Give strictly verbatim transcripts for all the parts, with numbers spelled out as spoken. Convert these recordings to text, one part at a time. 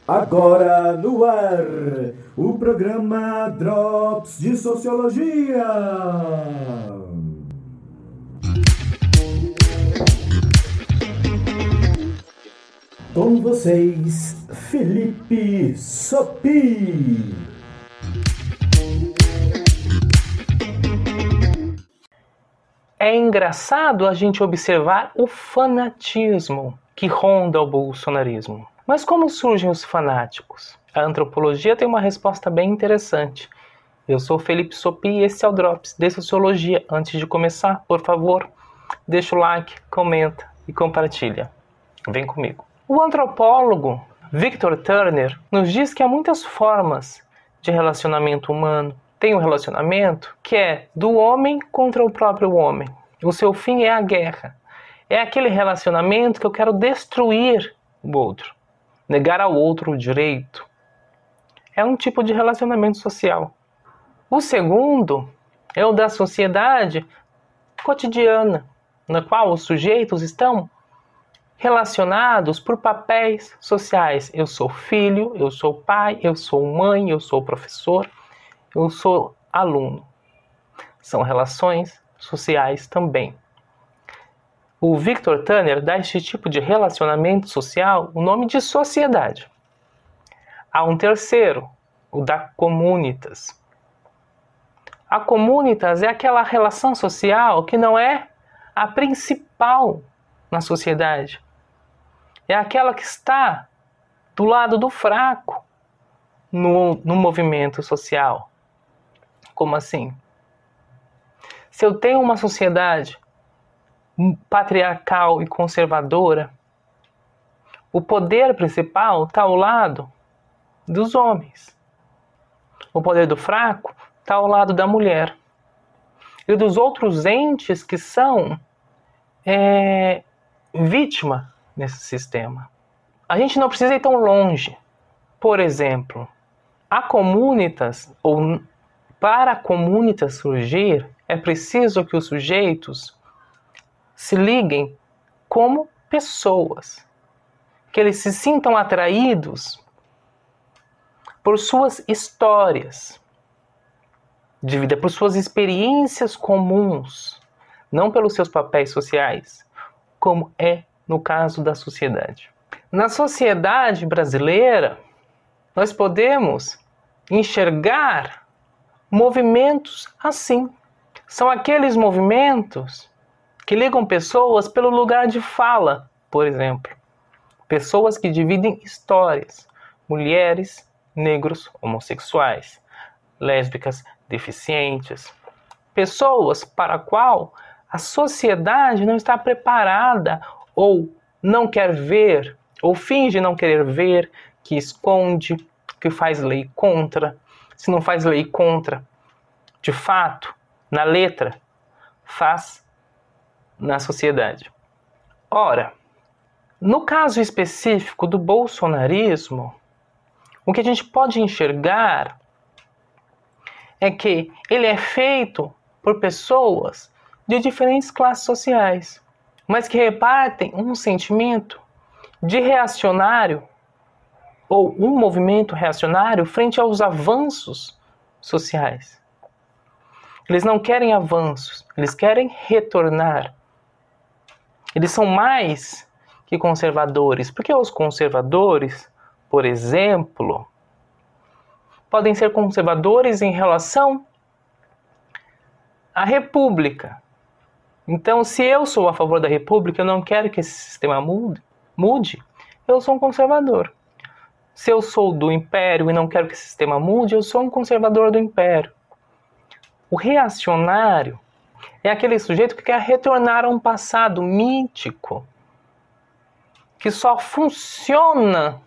Agora no ar, o programa Drops de Sociologia. Com vocês, Felipe Sopi. É engraçado a gente observar o fanatismo que ronda o bolsonarismo. Mas como surgem os fanáticos? A antropologia tem uma resposta bem interessante. Eu sou Felipe Sopi e esse é o Drops de Sociologia. Antes de começar, por favor, deixa o like, comenta e compartilha. Vem comigo. O antropólogo Victor Turner nos diz que há muitas formas de relacionamento humano. Tem um relacionamento que é do homem contra o próprio homem. O seu fim é a guerra. É aquele relacionamento que eu quero destruir o outro. Negar ao outro o direito. É um tipo de relacionamento social. O segundo é o da sociedade cotidiana, na qual os sujeitos estão relacionados por papéis sociais. Eu sou filho, eu sou pai, eu sou mãe, eu sou professor, eu sou aluno. São relações sociais também. O Victor Turner dá a este tipo de relacionamento social o nome de sociedade. Há um terceiro, o da comunitas. A comunitas é aquela relação social que não é a principal na sociedade. É aquela que está do lado do fraco no, no movimento social. Como assim? Se eu tenho uma sociedade patriarcal e conservadora, o poder principal está ao lado dos homens. O poder do fraco está ao lado da mulher. E dos outros entes que são é, vítima nesse sistema. A gente não precisa ir tão longe. Por exemplo, a comunitas, ou para a comunitas surgir, é preciso que os sujeitos se liguem como pessoas, que eles se sintam atraídos por suas histórias de vida, por suas experiências comuns, não pelos seus papéis sociais, como é no caso da sociedade. Na sociedade brasileira, nós podemos enxergar movimentos assim. São aqueles movimentos que ligam pessoas pelo lugar de fala, por exemplo. Pessoas que dividem histórias. Mulheres, negros, homossexuais, lésbicas, deficientes. Pessoas para a qual a sociedade não está preparada ou não quer ver, ou finge não querer ver, que esconde, que faz lei contra. Se não faz lei contra, de fato, na letra, faz na sociedade. Ora, no caso específico do bolsonarismo, o que a gente pode enxergar é que ele é feito por pessoas de diferentes classes sociais, mas que repartem um sentimento de reacionário ou um movimento reacionário frente aos avanços sociais. Eles não querem avanços, eles querem retornar. Eles são mais que conservadores, porque os conservadores, por exemplo, podem ser conservadores em relação à república. Então, se eu sou a favor da república, eu não quero que esse sistema mude, mude, eu sou um conservador. Se eu sou do império e não quero que esse sistema mude, eu sou um conservador do império. O reacionário é aquele sujeito que quer retornar a um passado mítico, que só funciona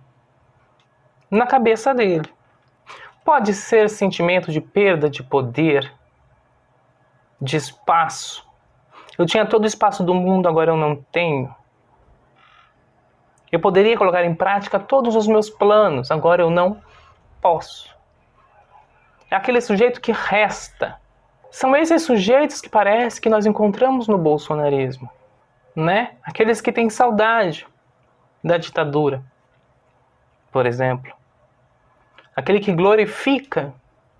na cabeça dele. Pode ser sentimento de perda de poder, de espaço. Eu tinha todo o espaço do mundo, agora eu não tenho. Eu poderia colocar em prática todos os meus planos, agora eu não posso. É aquele sujeito que resta. São esses sujeitos que parece que nós encontramos no bolsonarismo, né? Aqueles que têm saudade da ditadura. por exemplo. Aquele que glorifica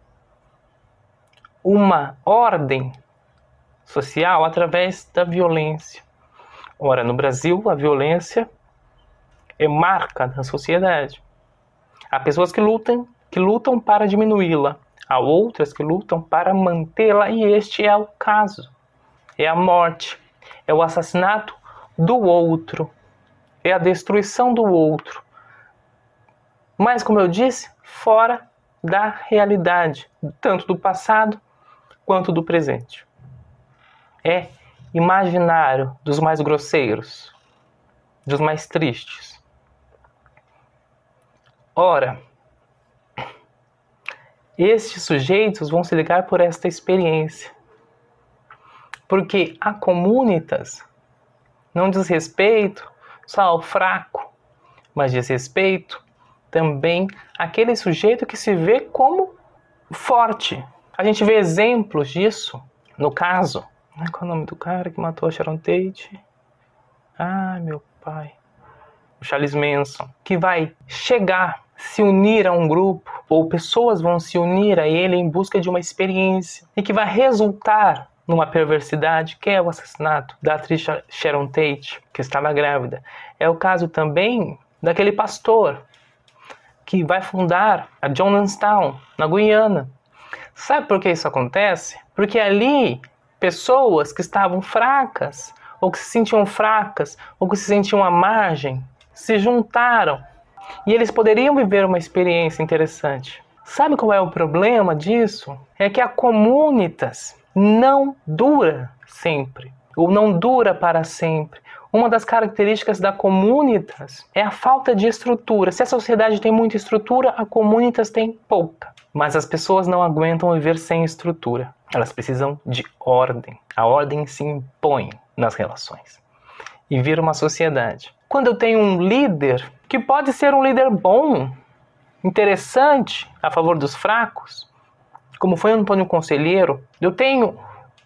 uma ordem social através da violência. Ora, no Brasil, a violência é marca da sociedade. Há pessoas que lutam, que lutam para diminuí-la. Há outras que lutam para mantê-la, e este é o caso. É a morte, é o assassinato do outro, é a destruição do outro. Mas, como eu disse, fora da realidade, tanto do passado quanto do presente. É imaginário, dos mais grosseiros, dos mais tristes. Ora, estes sujeitos vão se ligar por esta experiência, porque a comunitas não diz respeito só ao fraco, mas diz respeito também àquele sujeito que se vê como forte. A gente vê exemplos disso no caso. Qual é o nome do cara que matou a Sharon Tate? Ah, meu pai. O Charles Manson. Que vai chegar, se unir a um grupo, ou pessoas vão se unir a ele em busca de uma experiência, e que vai resultar numa perversidade, que é o assassinato da atriz Sharon Tate, que estava grávida. É o caso também daquele pastor que vai fundar a Jonestown, na Guiana. Sabe por que isso acontece? Porque ali, pessoas que estavam fracas, ou que se sentiam fracas, ou que se sentiam à margem, se juntaram. E eles poderiam viver uma experiência interessante. Sabe qual é o problema disso? É que a comunitas não dura sempre, ou não dura para sempre. Uma das características da comunitas é a falta de estrutura. Se a sociedade tem muita estrutura, a comunitas tem pouca. Mas as pessoas não aguentam viver sem estrutura. Elas precisam de ordem. A ordem se impõe nas relações. E vira uma sociedade. Quando eu tenho um líder, que pode ser um líder bom, interessante, a favor dos fracos, como foi Antônio Conselheiro, eu tenho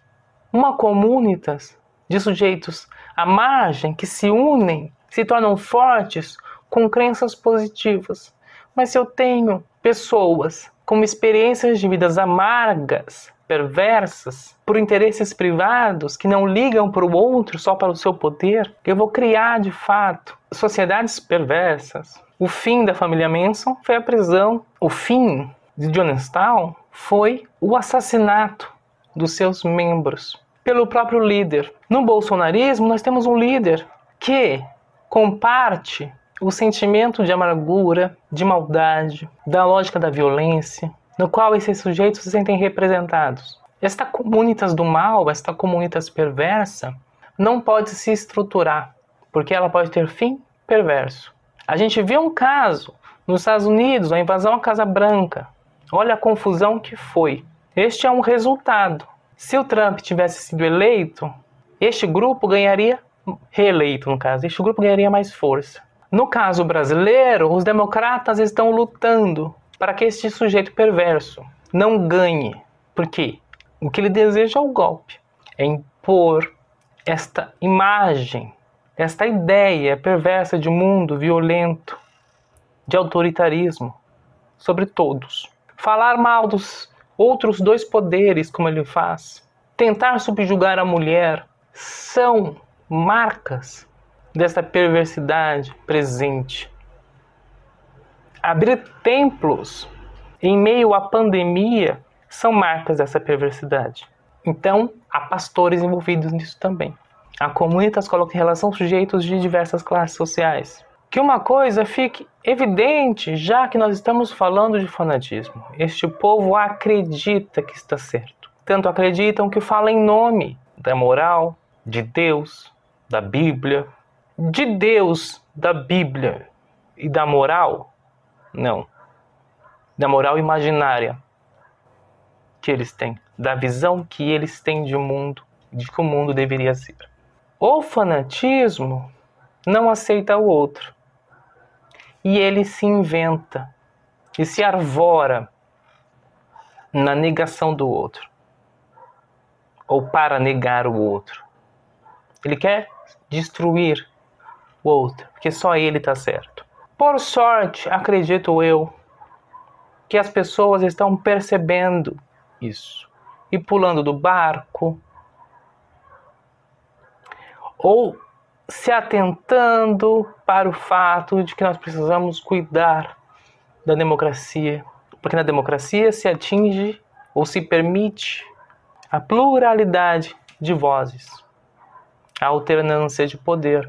uma comunitas de sujeitos à margem que se unem, se tornam fortes com crenças positivas. Mas se eu tenho pessoas com experiências de vidas amargas, perversas, por interesses privados, que não ligam para o outro só para o seu poder, eu vou criar, de fato, sociedades perversas. O fim da família Manson foi a prisão. O fim de Jonestown foi o assassinato dos seus membros pelo próprio líder. No bolsonarismo, nós temos um líder que comparte o sentimento de amargura, de maldade, da lógica da violência, no qual esses sujeitos se sentem representados. Esta comunitas do mal, esta comunitas perversa, não pode se estruturar, porque ela pode ter fim perverso. A gente vê um caso nos Estados Unidos, a invasão à Casa Branca. Olha a confusão que foi. Este é um resultado. Se o Trump tivesse sido eleito, este grupo ganharia, reeleito no caso, este grupo ganharia mais força. No caso brasileiro, os democratas estão lutando para que este sujeito perverso não ganhe. Por quê? O que ele deseja é o golpe. É impor esta imagem, esta ideia perversa de mundo violento, de autoritarismo sobre todos. Falar mal dos outros dois poderes, como ele faz. Tentar subjugar a mulher são marcas desta perversidade presente. Abrir templos em meio à pandemia são marcas dessa perversidade. Então, há pastores envolvidos nisso também. A comunitas coloca em relação sujeitos de diversas classes sociais. Que uma coisa fique evidente, já que nós estamos falando de fanatismo. Este povo acredita que está certo. Tanto acreditam que fala em nome da moral, de Deus, da Bíblia. De Deus, da Bíblia e da moral? Não. Da moral imaginária que eles têm. Da visão que eles têm de mundo, de que o mundo deveria ser. O fanatismo não aceita o outro. E ele se inventa e se arvora na negação do outro. Ou para negar o outro. Ele quer destruir o outro, porque só ele está certo. Por sorte, acredito eu, que as pessoas estão percebendo isso e pulando do barco ou se atentando para o fato de que nós precisamos cuidar da democracia, porque na democracia se atinge ou se permite a pluralidade de vozes, a alternância de poder.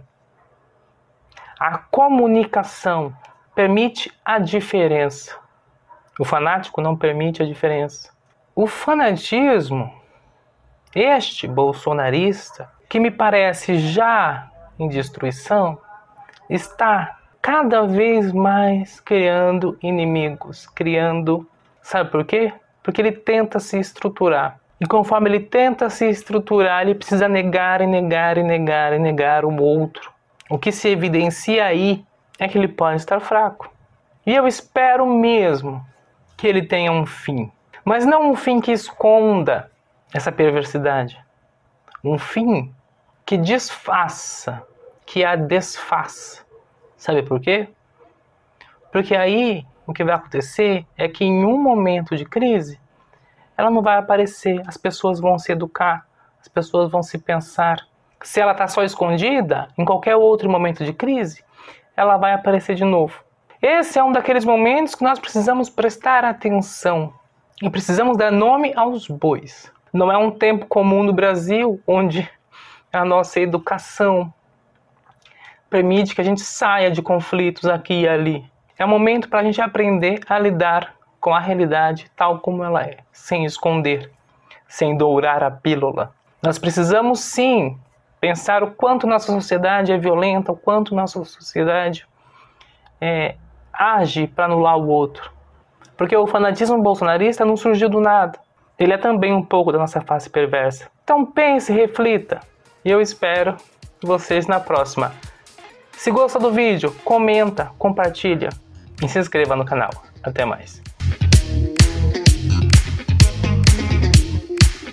A comunicação permite a diferença. O fanático não permite a diferença. O fanatismo, este bolsonarista, que me parece já em destruição, está cada vez mais criando inimigos, criando... Sabe por quê? Porque ele tenta se estruturar. E conforme ele tenta se estruturar, ele precisa negar e negar e negar e negar o outro. O que se evidencia aí é que ele pode estar fraco. E eu espero mesmo que ele tenha um fim. Mas não um fim que esconda essa perversidade. Um fim que desfaça, que a desfaça. Sabe por quê? Porque aí o que vai acontecer é que em um momento de crise, ela não vai aparecer, as pessoas vão se educar, as pessoas vão se pensar. Se ela está só escondida, em qualquer outro momento de crise, ela vai aparecer de novo. Esse é um daqueles momentos que nós precisamos prestar atenção e precisamos dar nome aos bois. Não é um tempo comum no Brasil onde a nossa educação permite que a gente saia de conflitos aqui e ali. É um momento para a gente aprender a lidar com a realidade tal como ela é, sem esconder, sem dourar a pílula. Nós precisamos sim pensar o quanto nossa sociedade é violenta, o quanto nossa sociedade é, age para anular o outro. Porque o fanatismo bolsonarista não surgiu do nada. Ele é também um pouco da nossa face perversa. Então pense, reflita. E eu espero vocês na próxima. Se gostou do vídeo, comenta, compartilha e se inscreva no canal. Até mais.